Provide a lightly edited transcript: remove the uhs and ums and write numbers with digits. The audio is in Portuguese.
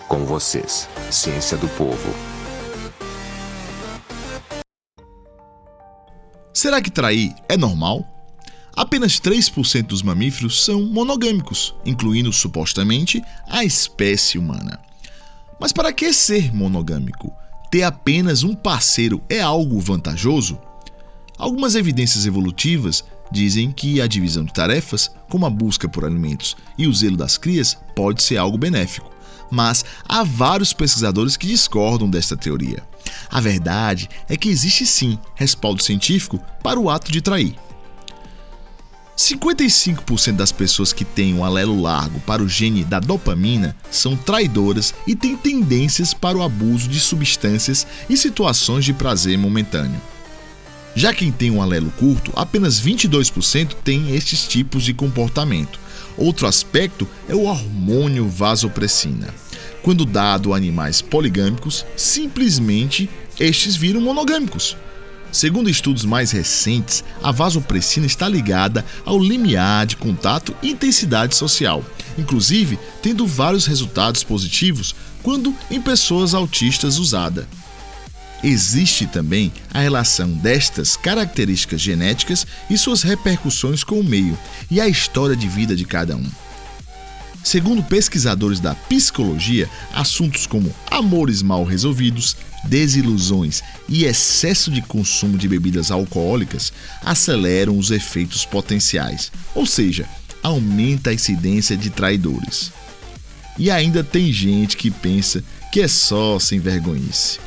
Com vocês, Ciência do Povo. Será que trair é normal? Apenas 3% dos mamíferos são monogâmicos, incluindo supostamente a espécie humana. Mas para que ser monogâmico? Ter apenas um parceiro é algo vantajoso? Algumas evidências evolutivas dizem que a divisão de tarefas, como a busca por alimentos e o zelo das crias, pode ser algo benéfico. Mas há vários pesquisadores que discordam desta teoria. A verdade é que existe sim respaldo científico para o ato de trair. 55% das pessoas que têm um alelo largo para o gene da dopamina são traidoras e têm tendências para o abuso de substâncias e situações de prazer momentâneo. Já quem tem um alelo curto, apenas 22% tem estes tipos de comportamento. Outro aspecto é o hormônio vasopressina. Quando dado a animais poligâmicos, simplesmente estes viram monogâmicos. Segundo estudos mais recentes, a vasopressina está ligada ao limiar de contato e intensidade social, inclusive tendo vários resultados positivos quando em pessoas autistas usada. Existe também a relação destas características genéticas e suas repercussões com o meio e a história de vida de cada um. Segundo pesquisadores da psicologia, assuntos como amores mal resolvidos, desilusões e excesso de consumo de bebidas alcoólicas aceleram os efeitos potenciais, ou seja, aumenta a incidência de traidores. E ainda tem gente que pensa que é só sem vergonhice.